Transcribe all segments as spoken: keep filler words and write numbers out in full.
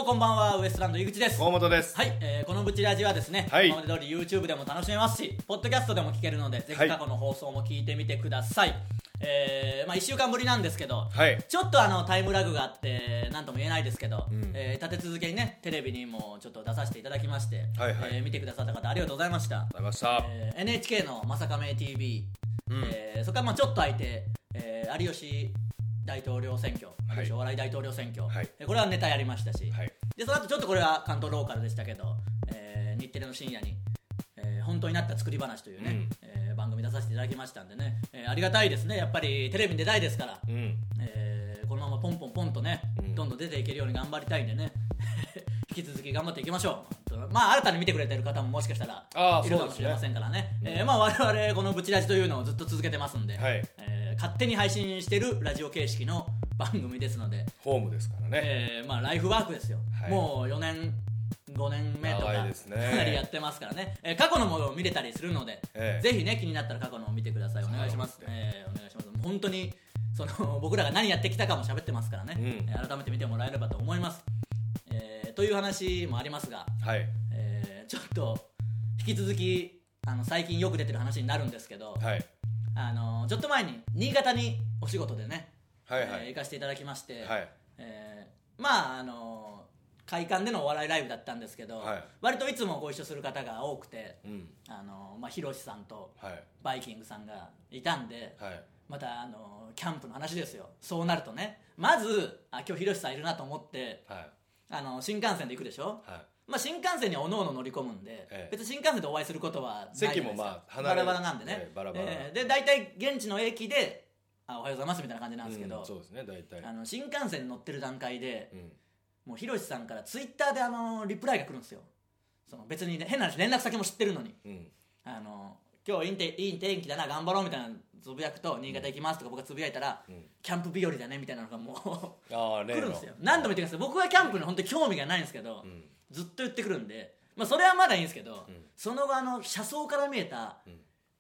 もこんばんは、ウエストランド井口です。 大本です。 はい、えー、このブチラジはですね、はい、今まで通り YouTube でも楽しめますし、ポッドキャストでも聞けるので、ぜひ過去の放送も聞いてみてください。はい、えーまあ、いっしゅうかんぶりなんですけど、はい、ちょっとあのタイムラグがあって何とも言えないですけど、うん、えー、立て続けにねテレビにもちょっと出させていただきまして、はいはい、えー、見てくださった方ありがとうございました。ありがとうございました。えー、エヌエイチケー のまさかめ ティーブイ、うん、えー、そこからまあちょっと空いて、えー、有吉大統領選挙、はい、お笑い大統領選挙、はい、これはネタやりましたし、はい、でその後ちょっとこれは関東ローカルでしたけど、えー、日テレの深夜に、えー、本当になった作り話というね、うん、えー、番組出させていただきましたんでね、えー、ありがたいですね。やっぱりテレビに出たいですから、うん、えー、このままポンポンポンとね、うん、どんどん出ていけるように頑張りたいんでね引き続き頑張っていきましょう。まあ新たに見てくれてる方ももしかしたらいるかもしれませんからね、ね、えーまあ、我々このブチラジというのをずっと続けてますんで、はい、えー、勝手に配信してるラジオ形式の番組ですので、 ホームですからね、 えーまあ、ライフワークですよ、はい、もうよねんごねんめとかかなりやってますからね、えー、過去のものを見れたりするので、えー、ぜひね気になったら過去のを見てください。お願いします、えー、お願いします。本当にその僕らが何やってきたかも喋ってますからね、うん、えー、改めて見てもらえればと思います、えー、という話もありますが、はい、えー、ちょっと引き続きあの最近よく出てる話になるんですけど、はい、あのちょっと前に新潟にお仕事でね、はいはい、えー、行かせていただきまして、はい、えー、まああの会館でのお笑いライブだったんですけど、はい、割といつもご一緒する方が多くて、うん、あのまあ、ヒロシさんとバイキングさんがいたんで、はい、またあのキャンプの話ですよ。そうなるとね、まずあ今日ヒロシさんいるなと思って、はい、あの新幹線で行くでしょ、はい、まあ、新幹線にはおのおの乗り込むんで、ええ、別に新幹線でお会いすることはないじゃないですか。席もまあ離れバラバラなんでね、ええ、バラバラ、えー、で大体現地の駅であおはようございますみたいな感じなんですけど、うん、そうですね、大体あの新幹線に乗ってる段階で、うん、もうヒロシさんからツイッターであのリプライが来るんですよ。その別に、ね、変な話連絡先も知ってるのに、うん、あの今日いいていい天気だな頑張ろうみたいなつぶやくと、新潟行きますとか僕がつぶやいたら、うん、キャンプ日和だねみたいなのがもうあ来るんですよ。何度も言ってください。僕はキャンプに本当に興味がないんですけど、うん、ずっと言ってくるんで、まあ、それはまだいいんですけど、うん、その後あの車窓から見えた、うん、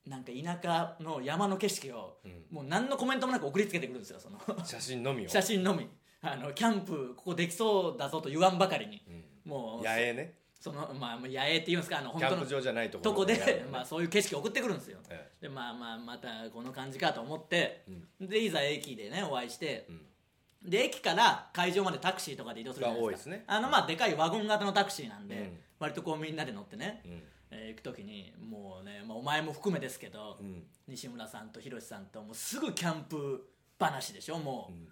なんか田舎の山の景色を、うん、もう何のコメントもなく送りつけてくるんですよ。その写真のみを写真のみあのキャンプここできそうだぞと言わんばかりに、うん、もう野営ね、その、まあ、野営っていうんですか、あの本当のキャンプ場じゃないところとこで、まあ、そういう景色を送ってくるんですよ、ええ、でまあまあまたこの感じかと思って、うん、でいざ駅でねお会いして、うん、で駅から会場までタクシーとかで移動するじゃないですか。ですね、あのまあでかいワゴン型のタクシーなんで、うん、割とこうみんなで乗ってね、うん、えー、行く時にもうね、まあ、お前も含めですけど、うん、西村さんと広瀬さんともうすぐキャンプ話でしょもう、うん、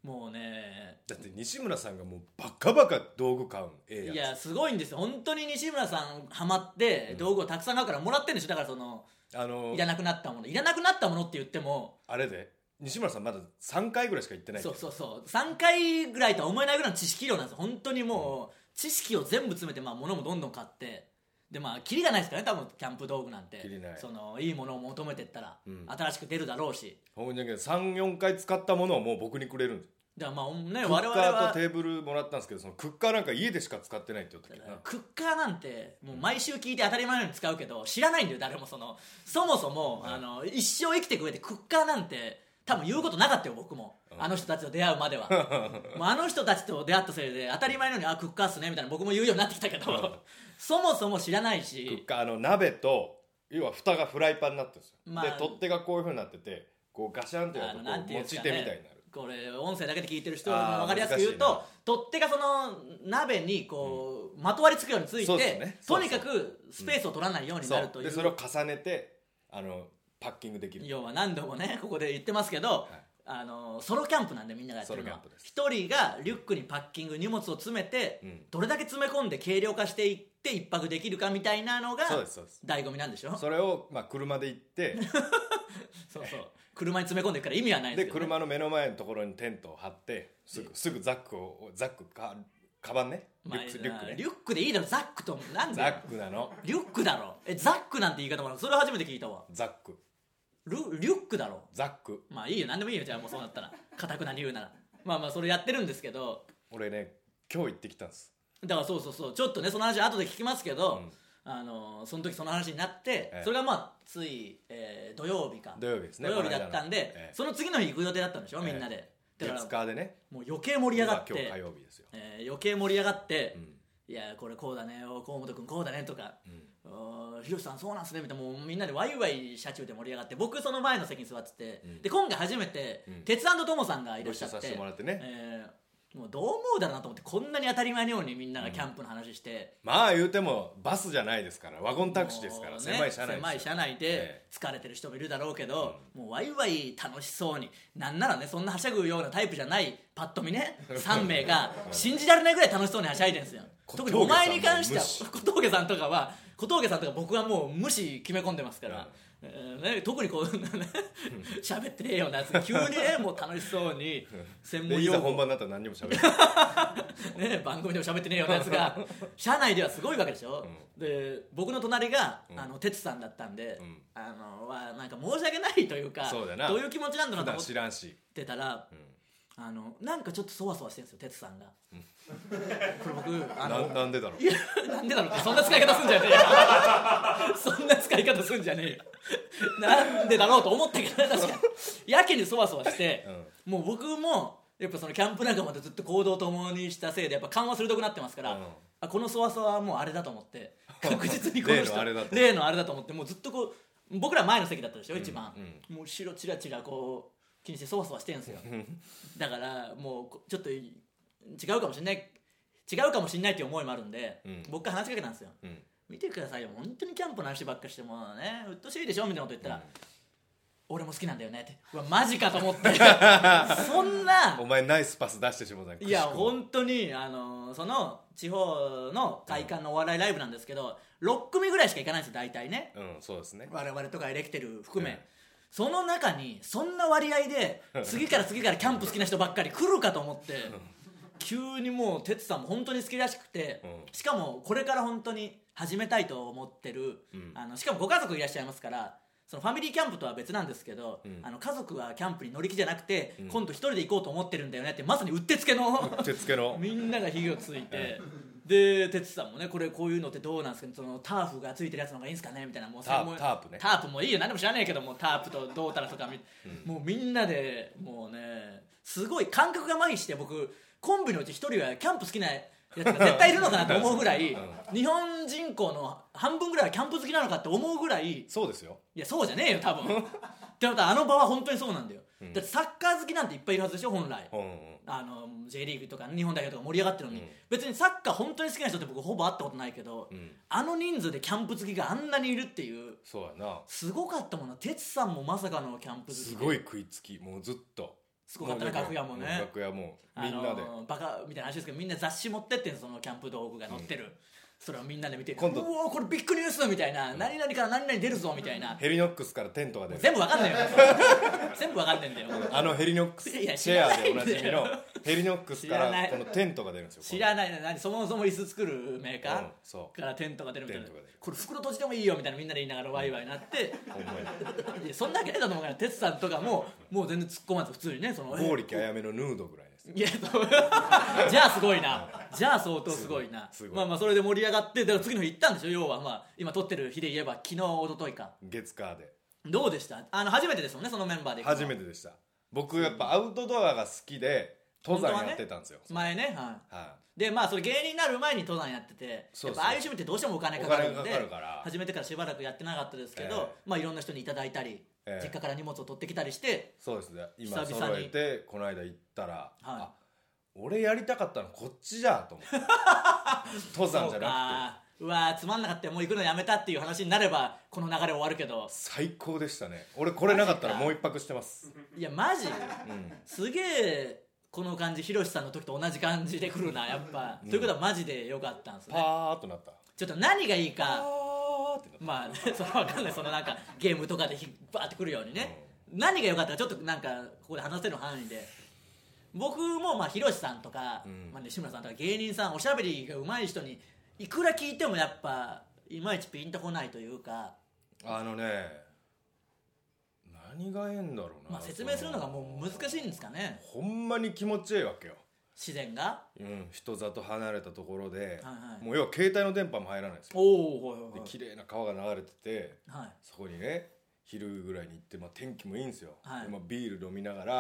もうね、 だって西村さんがもうバカバカ道具買うんええやつ。 いやすごいんですよ本当に。西村さんハマって道具をたくさん買うからもらってるんでしょ。だからその、あのー、いらなくなったものいらなくなったものって言ってもあれで西村さんまださんかいぐらいしか行ってない。 そうそうそうさんかいぐらいとは思えないぐらいの知識量なんですよ本当に。もう、うん、知識を全部詰めて、まあ、物もどんどん買ってでまあキリがないですからね多分キャンプ道具なんて。キリない。そのいいものを求めてったら、うん、新しく出るだろうし。 ほんだけど さん,よん 回使ったものをもう僕にくれるんです。 だからまあね、 クッカーとテーブルもらったんですけど、そのクッカーなんか家でしか使ってないって言ったけどな。 クッカーなんてもう毎週聞いて当たり前のように使うけど知らないんだよ誰も。そのそもそも、うん、あの一生生きていく上でクッカーなんて多分言うことなかったよ僕も、うん、あの人たちと出会うまではもうあの人たちと出会ったせいで当たり前のようにあクッカーっすねみたいな僕も言うようになってきたけど、うん、そもそも知らないし。 クッカーあの鍋と要は蓋がフライパンになってるんですよ、まあ、で取っ手がこういう風になっててこうガシャンってやるとこう持ち手みたいになる。これ音声だけで聞いてる人が分かりやすく言うと取っ手がその鍋にこう、うん、まとわりつくようについて、ね、とにかくスペースを取らないようになるという、うん、 でそれを重ねてあのパッキングできる。 要は何度もねここで言ってますけど、はい、あのソロキャンプなんでみんながやってるのは一人がリュックにパッキング荷物を詰めて、うん、どれだけ詰め込んで軽量化していって一泊できるかみたいなのが醍醐味なんでしょ。 それを、まあ、車で行ってそうそう車に詰め込んでいくから意味はないんですけど、ね、 で車の目の前のところにテントを張ってすぐ、すぐザックをザックかカバンね、 リュック、リュックね、リュックでいいだろザックとなんでザックなのリュックだろえザックなんて言い方もあるそれ初めて聞いたわ。 ザックルリュックだろザック。 まあいいよ何でもいいよじゃあもうそうなったら固くなに言うならまあまあそれやってるんですけど俺ね今日行ってきたんです。 だからそうそうそうちょっとねその話後で聞きますけど、うんあのその時その話になって、ええ、それがまあつい、えー、土曜日か土曜日ですね土曜日だったんで、ええ、その次の日行く予定だったんでしょみんなで、 月火でね、 もう余計盛り上がって、 今日火曜日ですよ、 えー、余計盛り上がって、うん、いやこれこうだね、河本君こうだねとか、うん、ひろしさんそうなんすねみたいな、もうみんなでワイワイ車中で盛り上がって、僕その前の席に座ってて、うん、で今回初めて、うん、鉄腕ともさんがいらっしゃって、 ご一緒させてもらってね、 えーもうどう思うだろうなと思って、こんなに当たり前のようにみんながキャンプの話して、 うん、まあ言うてもバスじゃないですから、ワゴンタクシーですから、ね、狭い車内ですよ、 狭い車内で疲れてる人もいるだろうけど、うん、もうワイワイ楽しそうに、なんならねそんなはしゃぐようなタイプじゃないパッと見ねさん名が信じられないぐらい楽しそうにはしゃいでるんですよ特にお前に関しては小峠さんとかは小峠さんとか僕はもう無視決め込んでますから、うんえーね、特にこう喋ってねえよなやつ急にねもう楽しそうに専門用語いざ本番になったら何にも喋ってね番組でも喋ってねえよなやつが社内ではすごいわけでしょ、うん、で僕の隣が、うん、あの哲さんだったんで、うん、あのはなんか申し訳ないというかそうだな、 どういう気持ちなんだろうと思知らんしってたら、うんあのなんかちょっとそわそわしてるんですよ哲さんが、うん、これ僕あのな, なんでだろういやなんでだろうってそんな使い方すんじゃねえよそんな使い方すんじゃねえよなんでだろうと思ったけどね確かにやけにそわそわして、うん、もう僕もやっぱそのキャンプ仲間とずっと行動を共にしたせいでやっぱ緩和鋭くなってますから、うん、あこのそわそわはもうあれだと思って確実にこの人例のあれだと例のあれだと思ってもうずっとこう僕ら前の席だったでしょ、うん、一番、うん、もう後ろチラチラこう気にしてそわそわしてるんですよだからもうちょっと違うかもしれない違うかもしれないっていう思いもあるんで、うん、僕が話しかけたんですよ、うん、見てくださいよ本当にキャンプの話ばっかしてもねうっとしいでしょみたいなこと言ったら、うん、俺も好きなんだよねってうわマジかと思ってそんなお前ナイスパス出してしまういや本当にあのその地方の会館のお笑いライブなんですけどろっ組ぐらいしか行かないんですよ大体ね、 うんそうですね我々とかエレキテル含め、うんその中にそんな割合で次から次からキャンプ好きな人ばっかり来るかと思って急にもう哲さんも本当に好きらしくてしかもこれから本当に始めたいと思ってるあのしかもご家族いらっしゃいますからそのファミリーキャンプとは別なんですけどあの家族はキャンプに乗り気じゃなくて今度一人で行こうと思ってるんだよねってまさにうってつけのうってつけのみんなが火をついてで哲さんもねこれこういうのってどうなんですか、そのターフがついてるやつの方がいいんですかねみたいなもうタープタープねタープもいいよ何でも知らないけどもタープとどうたらとか、うん、もうみんなでもうねすごい感覚が麻痺して僕コンビのうち一人はキャンプ好きなやつが絶対いるのかなと思うぐらい、うん、日本人口の半分ぐらいはキャンプ好きなのかって思うぐらいそうですよいやそうじゃねえよ多分ってことはあの場は本当にそうなんだよ、うん、だってサッカー好きなんていっぱいいるはずでしょ本来、うんうん、あの J リーグとか日本代表とか盛り上がってるのに、うん、別にサッカー本当に好きな人って僕ほぼ会ったことないけど、うん、あの人数でキャンプ好きがあんなにいるっていうそうやなすごかったもんな哲さんもまさかのキャンプ好きすごい食いつきもうずっとすごかったね楽屋もね楽屋もみんなで、あのー、バカみたいな話ですけどみんな雑誌持ってってんそのキャンプ道具が載ってる、うんそれをみんなで見て今度うおーこれビッグニュースみたいな、うん、何々から何々出るぞみたいなヘリノックスからテントが出る全部わかんないよ全部わかんないんだよあのヘリノックスシェアでおなじみのヘリノックスからこのテントが出るんですよ知らない何そもそも椅子作るメーカー、うん、 そうからテントが出るみたいなこれ袋閉じてもいいよみたいなみんなで言いながらワイワイなって、うん、いやそんなわけねえだと思うから哲さんとかももう全然突っ込まず普通にねその剛力あやめのヌードぐらいいやじゃあすごいなじゃあ相当すごいなまあまあそれで盛り上がってだから次の日行ったんでしょ要はまあ今撮ってる日で言えば昨日一昨日か月火でどうでしたあの初めてですもんねそのメンバーで初めてでした僕やっぱアウトドアが好きで登山やってたんですよ、ね、 前ねはい、はい、でまあそれ芸人になる前に登山やっててそうそうやっぱああいう趣味ってどうしてもお金かかるんで初めてからしばらくやってなかったですけど、えー、まあいろんな人にいただいたりえー、実家から荷物を取ってきたりしてそうですね今揃えてこの間行ったら、はい、あ俺やりたかったのこっちじゃと思って登山じゃなくてうわつまんなかったもう行くのやめたっていう話になればこの流れ終わるけど最高でしたね俺これなかったらもう一泊してますいやマジ、うん、すげえこの感じひろしさんの時と同じ感じで来るなやっぱ、うん、ということはマジでよかったんですねパーッとなったちょっと何がいいかまあ、ね、その分かんないそのなんかゲームとかでバーってくるようにね、うん、何が良かったかちょっとなんかここで話せる範囲で僕もまあひろしさんとか、うんまあ、西村さんとか芸人さんおしゃべりが上手い人にいくら聞いてもやっぱいまいちピンとこないというかあのね何がええんだろうな、 まあ、説明するのがもう難しいんですかねほんまに気持ちいいわけよ自然が、 うん、人里離れたところで、はいはい、もう要は携帯の電波も入らないですよお、はいはい、 で綺麗な川が流れてて、はい、そこにね昼ぐらいに行って、まあ、天気もいいんですよ、はいでまあ、ビール飲みながら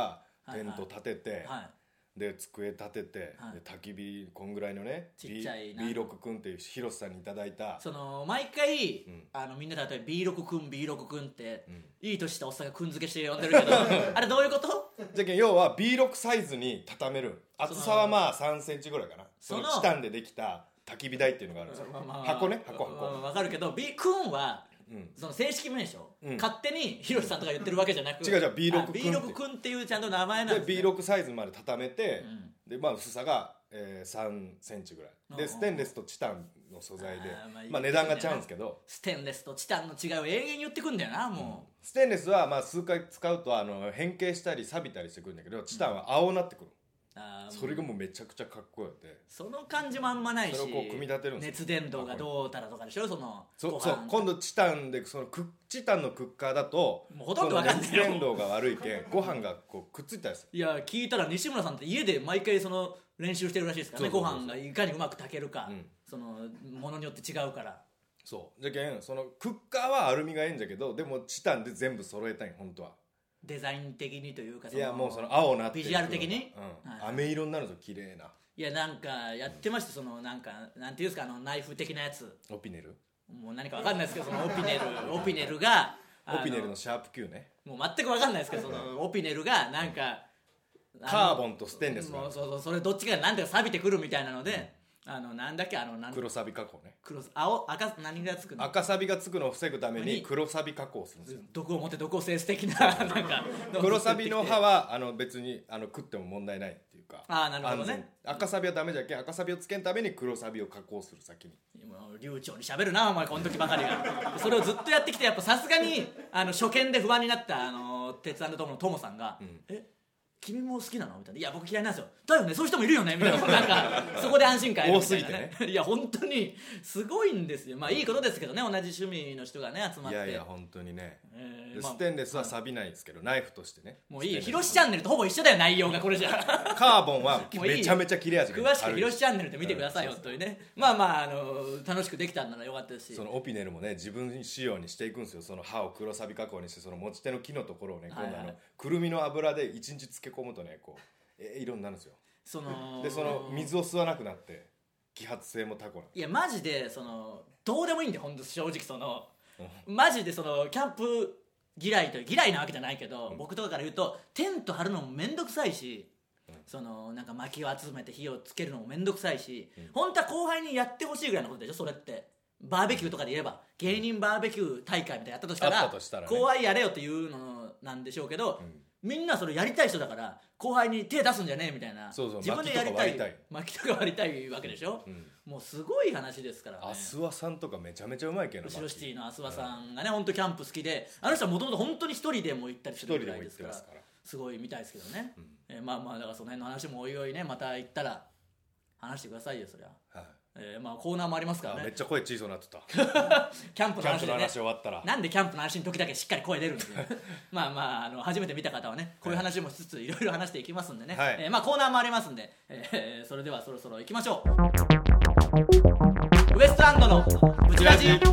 テント立てて、はい、で机立てて、はい、で焚き火こんぐらいのねちっちゃいビーろく 君っていう広瀬さんにいただいたその毎回、うん、あのみんなで例えば ビーろく 君 ビーろく 君って、うん、いい年したおっさんが君付けして呼んでるけどあれどういうこと？ じゃけん要は ビーろく サイズに畳める厚さはまあさんセンチぐらいかなそのチタンでできた焚き火台っていうのがあるんですよ、まあまあ、箱ね箱箱分かるけど B 君はうん、その正式名称、うん、勝手にヒロシさんとか言ってるわけじゃなく違う違う ビーろく 君ビーろく 君っていうちゃんと名前なんです、ね、 で ビーろく サイズまで畳めて、うん、でまあ薄さが、えー、さんセンチぐらいでステンレスとチタンの素材であ、まあ、まあ値段がちゃうんですけどステンレスとチタンの違いを永遠に言ってくんだよなもう、うん、 ステンレスはまあ数回使うとあの変形したり錆びたりしてくるんだけどチタンは青になってくる、あそれがもうめちゃくちゃかっこよくてその感じもあんまないしそれをこう組み立てるんです熱伝導がどうたらとかでしょそのそそう今度チタンでそのクチタンのクッカーだともうほとんど分かんないよ熱伝導が悪いけんご飯がこうくっついたりするいや聞いたら西村さんって家で毎回その練習してるらしいですからねご飯がいかにうまく炊けるか、うん、そのものによって違うからそうじゃけんそのクッカーはアルミがええんじゃけどでもチタンで全部揃えたい本当はデザイン的にというかそのいやもうその青なってビジュアル的に、 うんはい、飴色になると綺麗ないやなんかやってましたそのなんかなんていうんですかあのナイフ的なやつオピネルもう何か分かんないですけどそのオピネルオピネルがオピネルのシャープ Q ねもう全く分かんないですけどそのオピネルがなんかカーボンとステンレスもうそうそうそれどっちかが何てか錆びてくるみたいなので、うん、あのなんだっけあのなん黒錆加工ね黒青赤何がつくの赤錆がつくのを防ぐために黒錆加工をするんですよ毒を持って毒を制す的ななんか黒錆の刃はあの別にあの食っても問題ないっていうかあなるほどね赤錆はダメじゃけん赤錆をつけんために黒錆を加工する先に流暢に喋るなお前この時ばかりがそれをずっとやってきてやっぱさすがにあの初見で不安になったあの鉄腕の友の友さんが、うん、え君も好きなのみたいな。いや僕嫌いなんですよ。だよねそういう人もいるよねみたいな。なんかそこで安心感多すぎてねいや本当にすごいんですよ。まあいいことですけどね同じ趣味の人がね集まって。 いやいや本当にね、えーまあ、ステンレスは錆びないですけど、はい、ナイフとしてねもういいヒロシチャンネルとほぼ一緒だよ内容がこれじゃカーボンはめちゃめちゃ切れ味が詳しくヒロシチャンネルで見てくださいよ、うん、本当にねまあまああの楽しくできたんならよかったですしそのオピネルもね自分仕様にしていくんですよ。その刃を黒錆加工にしてその持ち手の木のところをね、はいはい、今度あのくるみの油で一日漬け込むとねこうえ色になるんですよ。そのでその水を吸わなくなって揮発性も高い。 いやマジでそのどうでもいいんで本当正直そのマジでそのキャンプ嫌いと嫌いなわけじゃないけど、うん、僕とかから言うとテント張るのもめんどくさいし、うん、そのなんか薪を集めて火をつけるのもめんどくさいし、うん、本当は後輩にやってほしいぐらいのことでしょそれって。バーベキューとかで言えば芸人バーベキュー大会みたいなやったとしたら、 うんしたらね、 後輩やれよっていうのなんでしょうけど、うん、みんなそれやりたい人だから後輩に手出すんじゃねえみたいな。 そうそう自分でやりたい薪とか割りたいわけでしょ、うん、もうすごい話ですからね。 アスワさんとかめちゃめちゃうまいけど後ろシティのアスワさんがね、うん、本当キャンプ好きであの人はもともと本当に一人でも行ったりするぐらいですからすごいみたいですけどね、うんえー、まあまあだからその辺の話もおいおいねまた行ったら話してくださいよそりゃ、はいえー、まあコーナーもありますからね。 めっちゃ声小さくなってたキャンプの話で、ね、 キャンプの話終わったらなんでキャンプの話の時だけしっかり声出るんですよまあまあ、あの初めて見た方はねこういう話もしつついろいろ話していきますんでね、はいえーまあ、コーナーもありますんで、えー、それではそろそろ行きましょう。ウエストランドのブチラジ、えー、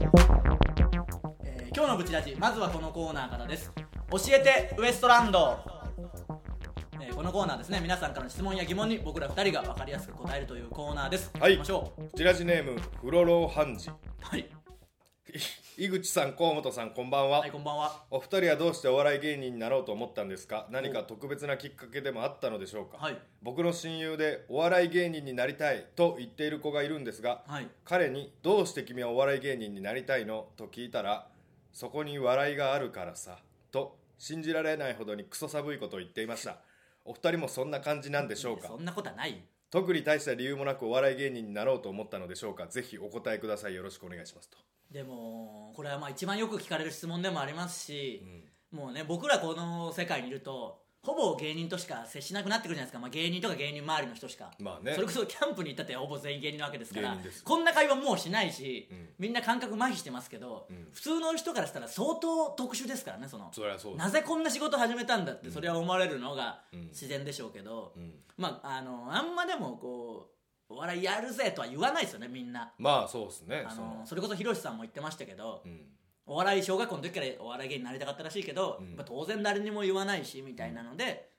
今日のブチラジまずはこのコーナーからです。教えてウエストランド。えー、このコーナーですね皆さんからの質問や疑問に僕らふたりが分かりやすく答えるというコーナーです。 はい、行きましょう。ブチラジネームフロローハンジ。 はい井口さん河本さんこんばんは。 はいこんばんは。 お二人はどうしてお笑い芸人になろうと思ったんですか。何か特別なきっかけでもあったのでしょうか。はい、僕の親友でお笑い芸人になりたいと言っている子がいるんですが、はい、彼にどうして君はお笑い芸人になりたいのと聞いたらそこに笑いがあるからさと信じられないほどにクソ寒いことを言っていました。お二人もそんな感じなんでしょうか。 そんなことはない。 特に大した理由もなくお笑い芸人になろうと思ったのでしょうか。ぜひお答えください。よろしくお願いしますと。 でもこれはまあ一番よく聞かれる質問でもありますし、うん、もうね僕らこの世界にいるとほぼ芸人としか接しなくなってくるじゃないですか、まあ、芸人とか芸人周りの人しか、まあね、それこそキャンプに行ったってほぼ全員芸人なわけですからこんな会話もうしないし、うん、みんな感覚麻痺してますけど、うん、普通の人からしたら相当特殊ですからね。そのそりゃそうです。 なぜこんな仕事始めたんだってそれは思われるのが自然でしょうけど、うん、まああのあんまでもこうお笑いやるぜとは言わないですよねみんな。 まあそうですね。 あの そ, それこそひろしさんも言ってましたけど、うん、お笑い小学校の時からお笑い芸人になりたかったらしいけど、うん、当然誰にも言わないしみたいなので、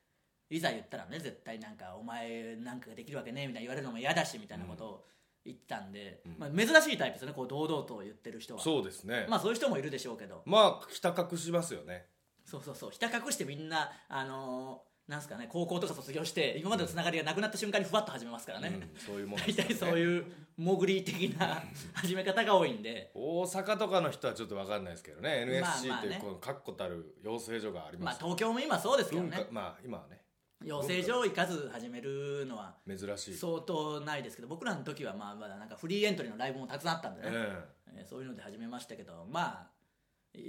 いざ言ったらね絶対なんかお前なんかができるわけねえみたいな言われるのも嫌だしみたいなことを言ってたんで、うんまあ、珍しいタイプですよねこう堂々と言ってる人は。 そうですね。 まあそういう人もいるでしょうけど、 まあひた隠しますよね。 そうそうそうひた隠してみんなあのー、なんすかね高校とか卒業して今までのつながりがなくなった瞬間にふわっと始めますからね、うん、 そういうもんですね。 大体そういう潜り的な始め方が多いんで大阪とかの人はちょっと分かんないですけどね エヌエスシー っていうこの確固たる養成所があります、 まあ、東京も今そうですけどね。 まあ今はね養成所行かず始めるのは珍しい相当ないですけど僕らの時はまあまだなんかフリーエントリーのライブもたくさんあったんでね、えー、そういうので始めましたけどまあ、うん、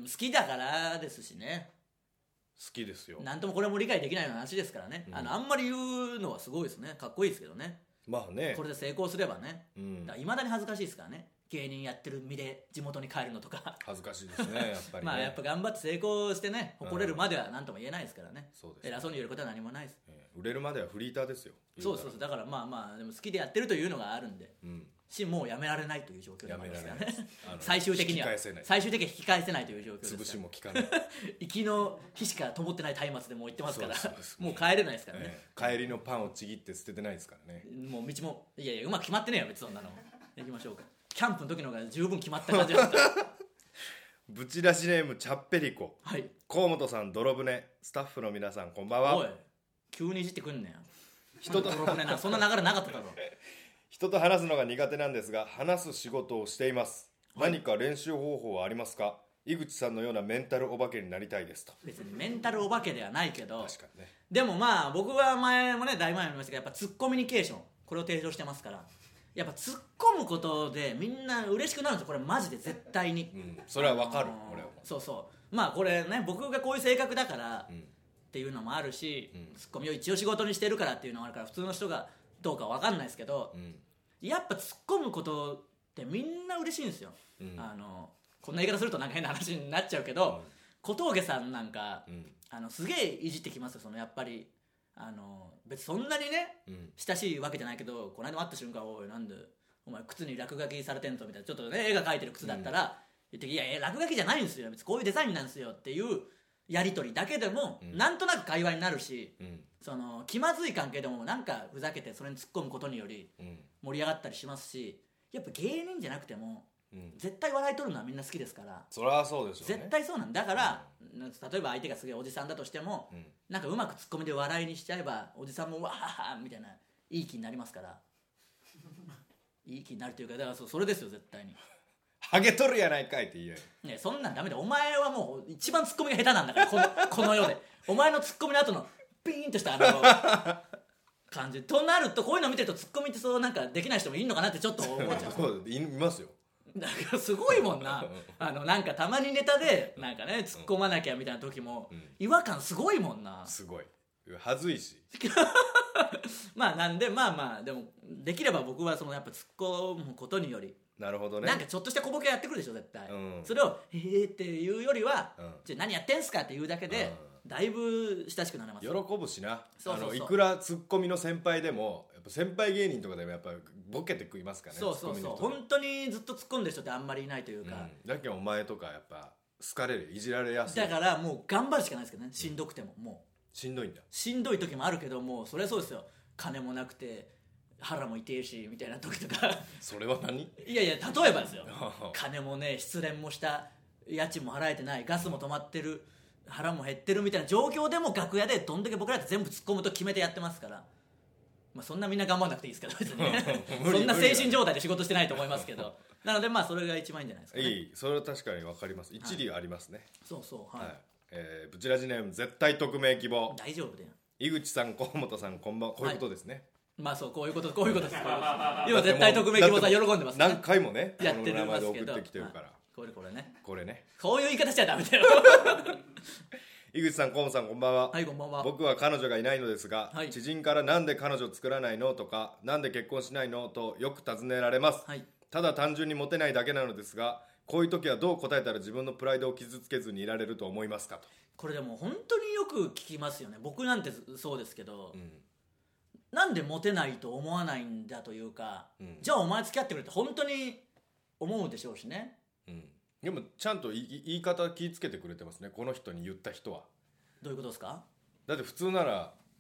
好きだからですしね。 好きですよ。 なんともこれも理解できないような話ですからね、うん、あのあんまり言うのはすごいですね。かっこいいですけどね。 まあねこれで成功すればね、 うん、 だから未だに恥ずかしいですからね。芸人やってる身で地元に帰るのとか恥ずかしいですねやっぱりねまあやっぱ頑張って成功してね誇れるまでは何とも言えないですからね、 うん、そうですね。 偉そうに言えることは何もないです、 えー、売れるまではフリーターですよ。 そうそうそうだからまあまあでも好きでやってるというのがあるんで、うん、しもうやめられないという状況でもありますからね最終的には最終的には引き返せないという状況ですから。 潰しも効かない行きの火しか灯ってない松明でもう行ってますからもう帰れないですからね、 えー、帰りのパンをちぎって捨ててないですからね。 もう道もいやいやうまく決まってねえよ別にそんなの行きましょうか。キャンプの時の方が十分決まった感じですからブチ出しネームチャッペリコ、 はい、 河本さん泥船スタッフの皆さんこんばんは。 おい急にいじってくんねん人と泥船なそんな流れなかっただろ人と話すのが苦手なんですが話す仕事をしています、はい、何か練習方法はありますか。井口さんのようなメンタルお化けになりたいですと。 別にメンタルお化けではないけど確かにね。 でもまあ僕は前もねだいぶ前も言いましたけどやっぱツッコミュニケーションこれを提唱してますからやっぱ突っ込むことでみんな嬉しくなるんですよこれマジで絶対に、 うん、それは分かる、あのー、俺はそうそうまあこれね僕がこういう性格だから、うん、っていうのもあるし、うん、ツッコミを一応仕事にしてるからっていうのもあるから普通の人がどうか分かんないですけど、うん、やっぱ突っ込むことってみんな嬉しいんですよ、うん、あのこんな言い方するとなんか変な話になっちゃうけど、うん、小峠さんなんか、うん、あのすげえいじってきますよそのやっぱりあの別にそんなにね、うん、親しいわけじゃないけどこの間会った瞬間おいなんでお前靴に落書きされてんぞみたいなちょっとね絵が描いてる靴だったら、うん、言っていやいや落書きじゃないんですよ別にこういうデザインなんですよっていうやり取りだけでも、うん、なんとなく会話になるし、うん、その気まずい関係でもなんかふざけてそれに突っ込むことにより盛り上がったりしますしやっぱ芸人じゃなくても、うん、絶対笑い取るのはみんな好きですからそりゃそうでしょうね。 絶対そうなんだから、うん、例えば相手がすげえおじさんだとしても、うん、なんかうまくツッコミで笑いにしちゃえばおじさんもわははみたいないい気になりますからいい気になるというかだから そ, それですよ絶対にハゲとるやないかいって言えよ、 ね、そんなんダメだお前はもう一番ツッコミが下手なんだからこの, この世でお前のツッコミの後のピーンとしたあの感じとなるとこういうの見てるとツッコミってそうなんかできない人もいるのかなってちょっと思っちゃうそういますよだからすごいもんなあのなんかたまにネタでなんかね突っ込まなきゃみたいな時も、うん、違和感すごいもんな。 すごいはずいしまあなんでまあまあでもできれば僕はそのやっぱ突っ込むことによりなるほどねなんかちょっとした小ボケやってくるでしょ絶対、うん、それを「へえ」っていうよりは「うん、じゃあ何やってんすか」って言うだけで、うん、だいぶ親しくなれます。 喜ぶしな。そうそうそう、あのいくらツッコミの先輩でもやっぱ先輩芸人とかでもやっぱボケて食いますからね。 そうそうそう本当にずっと突っ込んでる人ってあんまりいないというか、 うん、だけどお前とかやっぱ好かれるいじられやすいだからもう頑張るしかないですけどねしんどくても、うん、もうしんどいんだしんどい時もあるけどもうそれはそうですよ金もなくて腹も痛えしみたいな時とかそれは何いやいや例えばですよ金もね失恋もした家賃も払えてないガスも止まってる腹も減ってるみたいな状況でも楽屋でどんだけ僕らって全部突っ込むと決めてやってますから、まあ、そんなみんな頑張んなくていいですけど別にねそんな精神状態で仕事してないと思いますけどなのでまあそれが一番いいんじゃないですかね。 いいそれは確かに分かります一理ありますね、 はい、そうそうはい、はいえー、ブチラジネーム絶対匿名希望大丈夫だよ井口さん河本さんこんばんこういうことですね、はい、 まあそうこういうことこういうことです今絶対匿名希望さん喜んでますね何回もねやってるますけどこの名前で送ってきてるから、はい、 これこれねこれねこういう言い方しちゃダメだよ井口さん河本さんこんばんは。 はいこんばんは。 僕は彼女がいないのですが、 はい、 知人からなんで彼女作らないのとかなんで結婚しないのとよく尋ねられます、はい、ただ単純にモテないだけなのですがこういう時はどう答えたら自分のプライドを傷つけずにいられると思いますかと。 これでも本当によく聞きますよね。僕なんてそうですけど、うん、なんでモテないと思わないんだというか、うん、じゃあお前付き合ってくれって本当に思うでしょうしね、 うん、でもちゃんと言い方気ぃつけてくれてますねこの人に言った人は。 どういうことですか。 だって普通なら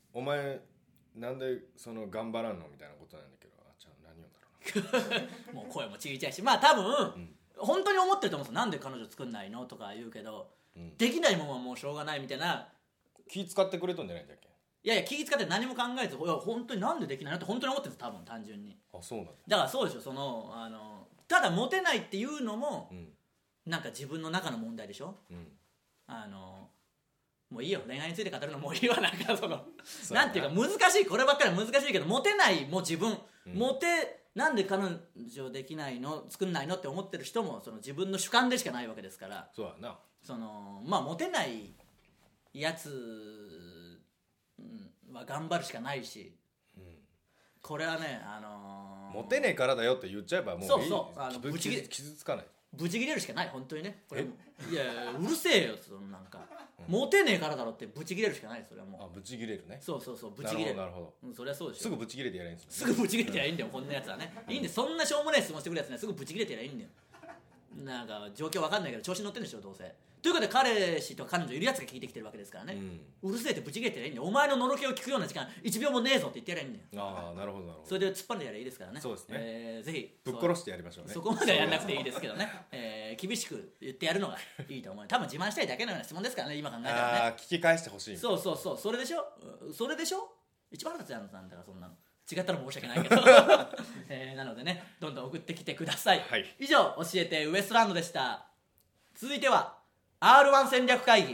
お前なんでその頑張らんのみたいなことなんだけど、あちゃん何をだろうなもう声もちいちゃいし、まあ多分、うん、本当に思ってると思うんですよ。なんで彼女作んないのとか言うけど、うん、できないもんはもうしょうがないみたいな。 気使ってくれとんじゃないんだっけ。 いやいや気使って何も考えず、いや本当になんでできないのって本当に思ってるんです多分単純に。 あそうなんだ。 だからそうでしょ、そのあのただモテないっていうのも、うん、なんか自分の中の問題でしょ、うん、あのもういいよ恋愛について語るのもういいわ。なんかそのなんていうか難しい、こればっかり難しいけど、モテないも自分、うん、モテなんで彼女できないの作んないのって思ってる人もその自分の主観でしかないわけですから。 そうだな。 そのまあモテないやつは頑張るしかないし、うん、これはね、あのー、 モテねえからだよって言っちゃえばもういい。 そうそうあのぶち傷つかない。 ブチ切れるしかない本当にね。これいやいやうるせえよそのなんか、うん、モテねえからだろってブチ切れるしかない。それはもうあブチ切れるね。 そうそうそうブチ切れる。 なるほどなるほど、 うん、それはそうでしょ。 すぐブチ切れてやればいいんですよ。すぐブチ切れてやればいいんだよ、うん、こんなやつはね。いいんでそんなしょうもない質問してくるやつねすぐブチ切れてやればいいんだよ。なんか状況わかんないけど調子乗ってるんでしょどうせ。ということで彼氏と彼女いるやつが聞いてきてるわけですからね、うん、うるせえってブチ切れてやればいいんだよ。お前ののろけを聞くような時間いちびょうもねえぞって言ってやればいいんだよ。 ああなるほどなるほど。 それで突っ張んでやればいいですからね。 そうですね、 えー、ぜひぶっ殺してやりましょうね。 そこまではやんなくていいですけどね、えー、厳しく言ってやるのがいいと思う。多分自慢したいだけのような質問ですからね今考えたらね。 ああ聞き返してほしい。 そうそうそうそれでしょそれでしょ一番腹立つやんなんだからそんなの。違ったら申し訳ないけど、えー、なのでねどんどん送ってきてください、はい、以上教えてウエストランドでした。続いては アールワン 戦略会議。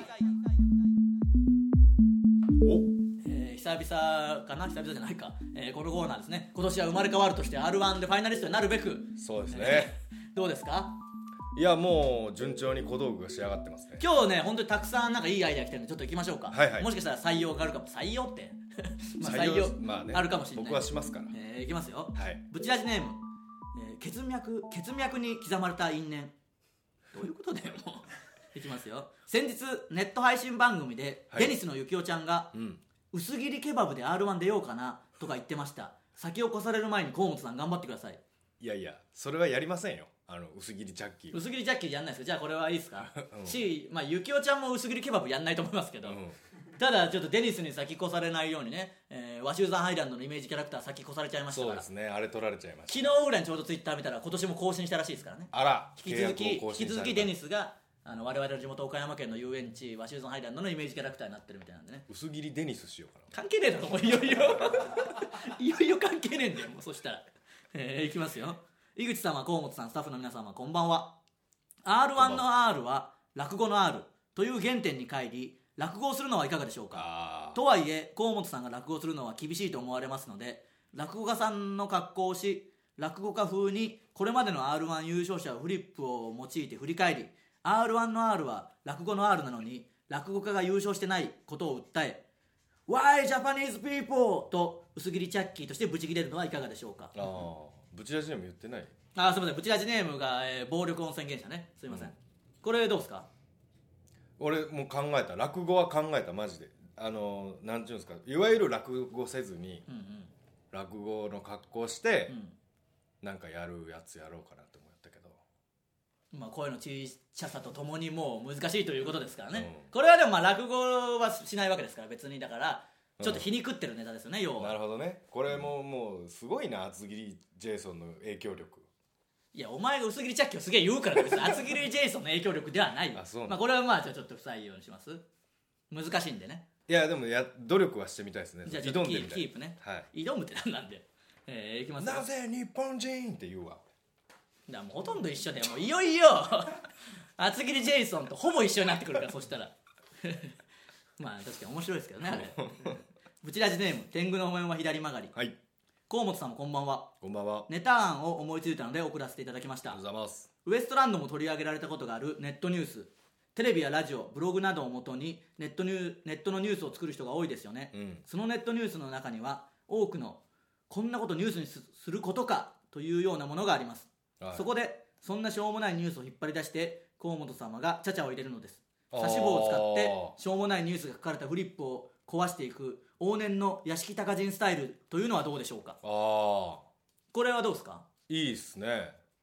お、えー、久々かな久々じゃないか、えー、このコーナーですね。今年は生まれ変わるとして アールワン でファイナリストになるべく。 そうですね、 えー、どうですか。 いやもう順調に小道具が仕上がってますね。 今日ね本当にたくさんなんかいいアイデア来てるんでちょっと行きましょうか、はいはい、もしかしたら採用があるかも。採用ってまあ採用、まあね、あるかもしれない。 僕はしますから、 えー、いきますよ、はい、ブチラジネーム、えー、血脈血脈に刻まれた因縁。どういうことだよもういきますよ。先日ネット配信番組で、はい、デニスのゆきおちゃんが、うん、薄切りケバブで アールワン 出ようかなとか言ってました。先を越される前に河本さん頑張ってください。 いやいやそれはやりませんよ。あの薄切りジャッキー薄切りジャッキーやんないですか。じゃあこれはいいですか、うん、し、まあ、ゆきおちゃんも薄切りケバブやんないと思いますけど、うん、ただちょっとデニスに先越されないようにね、えー、ワシューザンハイランドのイメージキャラクター先越されちゃいましたから。 そうですねあれ取られちゃいました。 昨日ぐらいにちょうどツイッター見たら今年も更新したらしいですからね。 あら引き続き引き続きデニスがあの我々の地元岡山県の遊園地ワシューザンハイランドのイメージキャラクターになってるみたいなんでね。 薄切りデニスしようかな。 関係ねえだろもういよいよいよいよ関係ねえんだよもう。そしたら、えー、いきますよ。井口さんは河本さんスタッフの皆さんはこんばんは。 アールワン の R は落語の R という原点に帰り落語をするのはいかがでしょうか。とはいえ河本さんが落語をするのは厳しいと思われますので落語家さんの格好をし落語家風にこれまでの アールワン 優勝者フリップを用いて振り返り アールワン の R は落語の R なのに落語家が優勝してないことを訴え Why Japanese people と薄切りチャッキーとしてブチ切れるのはいかがでしょうか。 ああブチラジネーム言ってない。 あ、すみませんブチラジネームが、えー、暴力音宣言者ね。すみません、うん、これどうですか。 俺もう考えた落語は考えたマジで。あのなんていうんですかいわゆる落語せずに、うんうん、落語の格好して、うん、なんかやるやつやろうかなと思ったけど、 まあ、声の小ささとともにもう難しいということですからね、うん、これはでもまあ落語はしないわけですから別に。だからちょっと皮肉ってるネタですよね、うん、要は。 なるほどね。これももうすごいな厚切りジェイソンの影響力。 いやお前が薄切りチャッキーをすげえ言うから別に厚切りジェイソンの影響力ではないよ。あ、そうまあ、これはまあちょっと不採用にします。難しいんでね。 いやでもや努力はしてみたいですね。 じゃあちょっとキープ、キープね、はい、挑むって何なんで、えー、いきますよ。 なぜ日本人って言うわ。 だもうほとんど一緒でもういよいよ厚切りジェイソンとほぼ一緒になってくるからそしたらまあ確かに面白いですけどねあれブチラジネーム天狗の応援は左曲がり。はい、河本さんもこんばんは。 こんばんは。 ネタ案を思いついたので送らせていただきました。 ありがとうございます。 ウエストランドも取り上げられたことがあるネットニュース、テレビやラジオブログなどをもとにネットニュー、ネットのニュースを作る人が多いですよね、うん、そのネットニュースの中には多くのこんなことニュースに す, することかというようなものがあります、はい、そこでそんなしょうもないニュースを引っ張り出して河本様がチャチャを入れるのです。差し棒を使ってしょうもないニュースが書かれたフリップを壊していく往年の屋敷隆人スタイルというのはどうでしょうか。あ、これはどうですか。 いいっすね。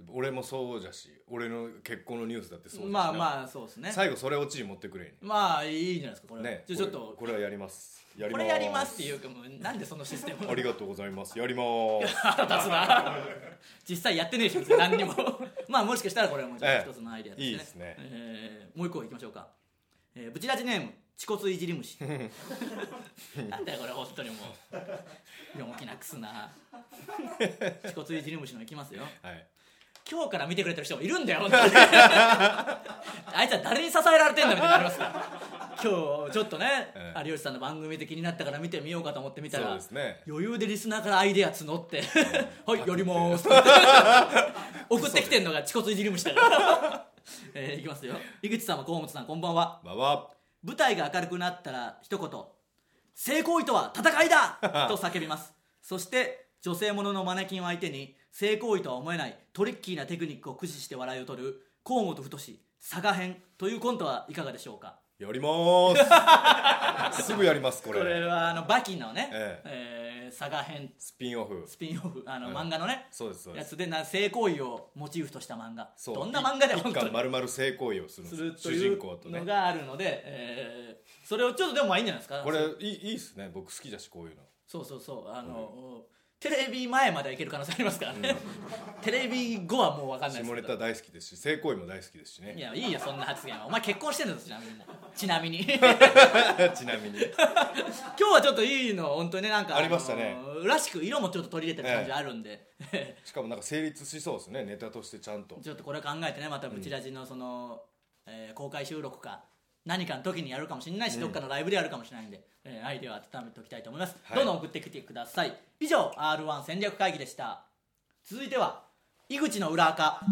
俺もそうじゃし、俺の結婚のニュースだってそうだし、 まあまあそうですね。 最後それオチに持ってくれんね。 まあいいじゃないですかこれ、ね、 ちょっとこれはやりますやりますこれやりますっていうか、もうなんでそのシステムありがとうございます、やります腹立つな実際やってねえし別に何にもまあもしかしたらこれはもう一つのアイデアですね、 いいですね、 えー、もう一個いきましょうか、えー、ブチラジネーム恥骨いじり虫なんだよこれ本当にもう陽気なくすな恥骨いじり虫のいきますよ、はい、今日から見てくれてる人もいるんだよ本当にあいつは誰に支えられてんだみたいになりますから今日ちょっとね、ええ、有吉さんの番組で気になったから見てみようかと思ってみたら、そうですね、余裕でリスナーからアイデア募ってはいやりまーす送ってきてんのが恥骨いじり虫だから、えー、いきますよ。井口さんも河本さんこんばんは。 ばば舞台が明るくなったら一言性行為とは戦いだと叫びますそして女性もののマネキンを相手に性行為とは思えないトリッキーなテクニックを駆使して笑いを取る河本太佐賀編というコントはいかがでしょうか。 やりまーすすぐやりますこれ。 これはあのバキのね、えええー、佐賀編スピンオフスピンオフあの、ええ、漫画のねそうですそうですやつでな性行為をモチーフとした漫画。どんな漫画で本当に一巻丸々性行為をするんです主人公とねのがあるので、えー、それをちょっとでもまあいいんじゃないですか。 これいいいいっすね、僕好きだしこういうの。 そうそうそうあの、うん、テレビ前まではいける可能性ありますからね、うん、テレビ後はもう分かんないですけど下ネタ大好きですし性行為も大好きですしね。 いやいいよそんな発言は。お前結婚してるんですちなみにちなみにちなみに今日はちょっといいの本当にねなんかありましたね、 あのー、らしく色もちょっと取り入れてる感じあるんで、 ええ、しかもなんか成立しそうですねネタとしてちゃんと。 ちょっとこれ考えてねまたブチラジのその、うんえー、公開収録か何かの時にやるかもしれないし、うん、どっかのライブでやるかもしれないんで、えー、アイデアを温めておきたいと思います、はい、どんどん送ってきてください。以上 アールワン 戦略会議でした。続いては井口の裏垢。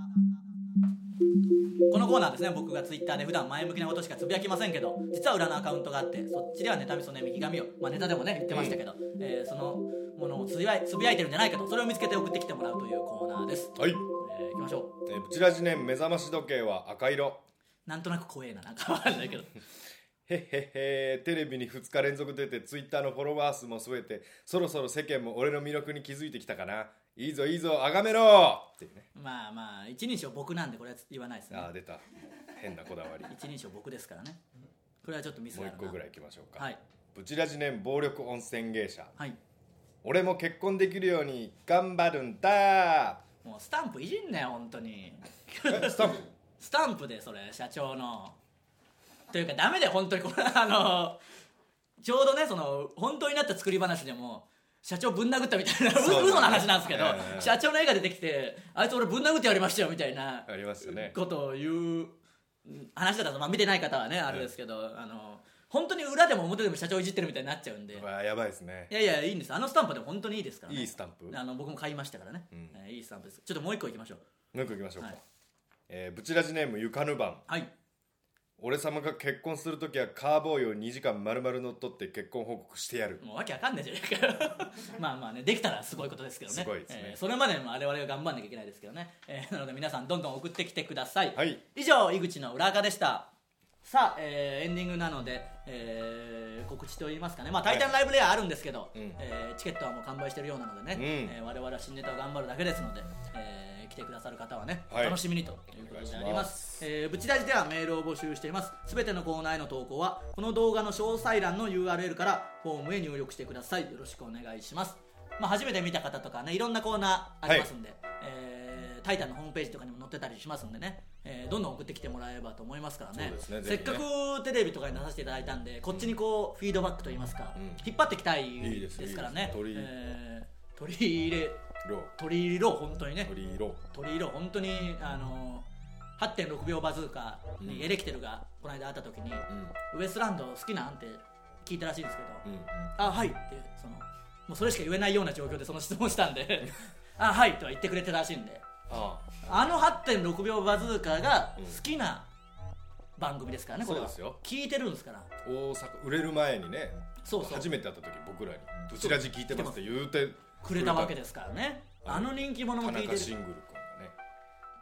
このコーナーですね、僕がツイッターで普段前向きなことしかつぶやきませんけど実は裏のアカウントがあってそっちではネタみそね右髪を、まあ、ネタでもね言ってましたけど、うんえー、そのものをつぶやい、つぶやいてるんじゃないかとそれを見つけて送ってきてもらうというコーナーです。 はい、 えー、いきましょう。 えー、ブチラジネーム目覚まし時計は赤色。 なんとなく怖えななんかわかんないけどへっへっへテレビにふつか連続出てツイッターのフォロワー数も増えてそろそろ世間も俺の魅力に気づいてきたかな。いいぞいいぞあがめろっていうね。 まあまあ一人称僕なんでこれは言わないですね。 ああ出た変なこだわり。 一人称僕ですからね。これはちょっとミスがあるな。 もう一個ぐらいいきましょうか。 はい。 ブチラジネーム暴力温泉芸者。 はい。 俺も結婚できるように頑張るんだ。 もうスタンプいじんなよ本当にスタンプスタンプでそれ社長のというかダメで本当にこれあのちょうどねその本当になった作り話でも社長ぶん殴ったみたいな嘘の話なんですけど、えー、社長の絵が出てきてあいつ俺ぶん殴ってやりましたよみたいなありましたねことを言う話だったら、まあ、見てない方はねあれですけど、えー、あの本当に裏でも表でも社長いじってるみたいになっちゃうんでわやばいですね。 いやいやいいんです。あのスタンプでも本当にいいですからね。 いいスタンプ。 あの僕も買いましたからね、うんえー、いいスタンプです。ちょっともう一個いきましょう。 もう一個いきましょうか、はいえー、ブチラジネームゆかぬばん。 はい。 俺様が結婚するときはカーボーイをにじかん丸々乗っ取って結婚報告してやる。 もうわけわかんないじゃないかまあまあねできたらすごいことですけどね。 すごいですね、 えー、それまでも我々が頑張んなきゃいけないですけどね、えー、なので皆さんどんどん送ってきてください、 はい、 以上井口の裏垢でした。さあ、えー、エンディングなので、えー、告知といいますかね、まあ、タイタンライブではあるんですけど、はいえー、チケットはもう完売してるようなのでね、うんえー、我々は新ネタを頑張るだけですので、えー、来てくださる方はね、はい、楽しみにということであります。えー、ブチラジではメールを募集しています。すべてのコーナーへの投稿はこの動画の詳細欄の ユーアールエル からフォームへ入力してください。よろしくお願いします。まあ、初めて見た方とかねいろんなコーナーありますんで、はいえー、タイタンのホームページとかにも載ってたりしますんでね、えー、どんどん送ってきてもらえればと思いますから ね, ね, ねせっかくテレビとかに出させていただいたんでこっちにこうフィードバックといいますか、うん、引っ張っていきたいですからね。取り入れ取り入れろ本当にね取り入ろ取り入ろ本当にあの はってんろく 秒バズーカにエレキテルがこの間会った時に、うん、ウエストランド好きなんって聞いたらしいんですけど、うん、あはいってそのもうそれしか言えないような状況でその質問したんであはいとは言ってくれてたらしいんであ, あの はってんろく 秒バズーカが好きな番組ですからね、うん、これはそうですよ聞いてるんですから。 大阪売れる前にねそうそう初めて会った時僕らにブチラジ聞いてますって言うてくれたわけですからね。あの人気者も聞いてる。 田中シングル君がね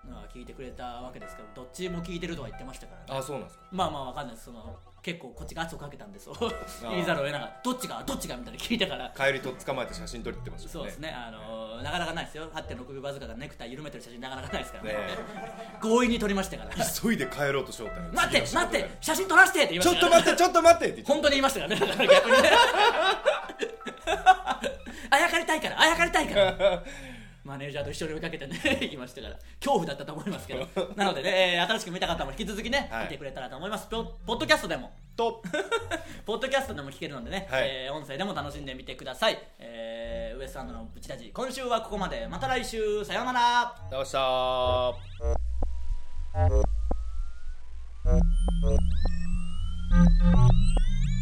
聞いてくれたわけですけど、どっちも聞いてるとは言ってましたから、 ね、あ、そうなんですか。 まあまあわかんないです。その結構こっちが圧をかけたんです言いざるを得なかった。どっちがどっちがみたいな聞いたから、 帰りと捕まえて写真撮りってましたね。 そうですね、あのー、なかなかないですよ。 はってんろく 秒バズーカがネクタイ緩めてる写真なかなかないですからね。ね強引に撮りましたから急いで帰ろうとしようって待って待って写真撮らせてって言いましたから、ね、ちょっと待ってちょっと待ってって本当に言いましたからね。だから逆にねあやかりたいからあやかりたいからマネージャーと一緒に追いかけてね行きましたから、恐怖だったと思いますけどなのでね、えー、新しく見た方も引き続きね、はい、見てくれたらと思います。ポッドキャストでもとポッドキャストでも聞けるのでね、 はい、 えー、音声でも楽しんでみてください。えー、ウエストランドのブチラジ、今週はここまで。また来週、さようなら。 どうしたー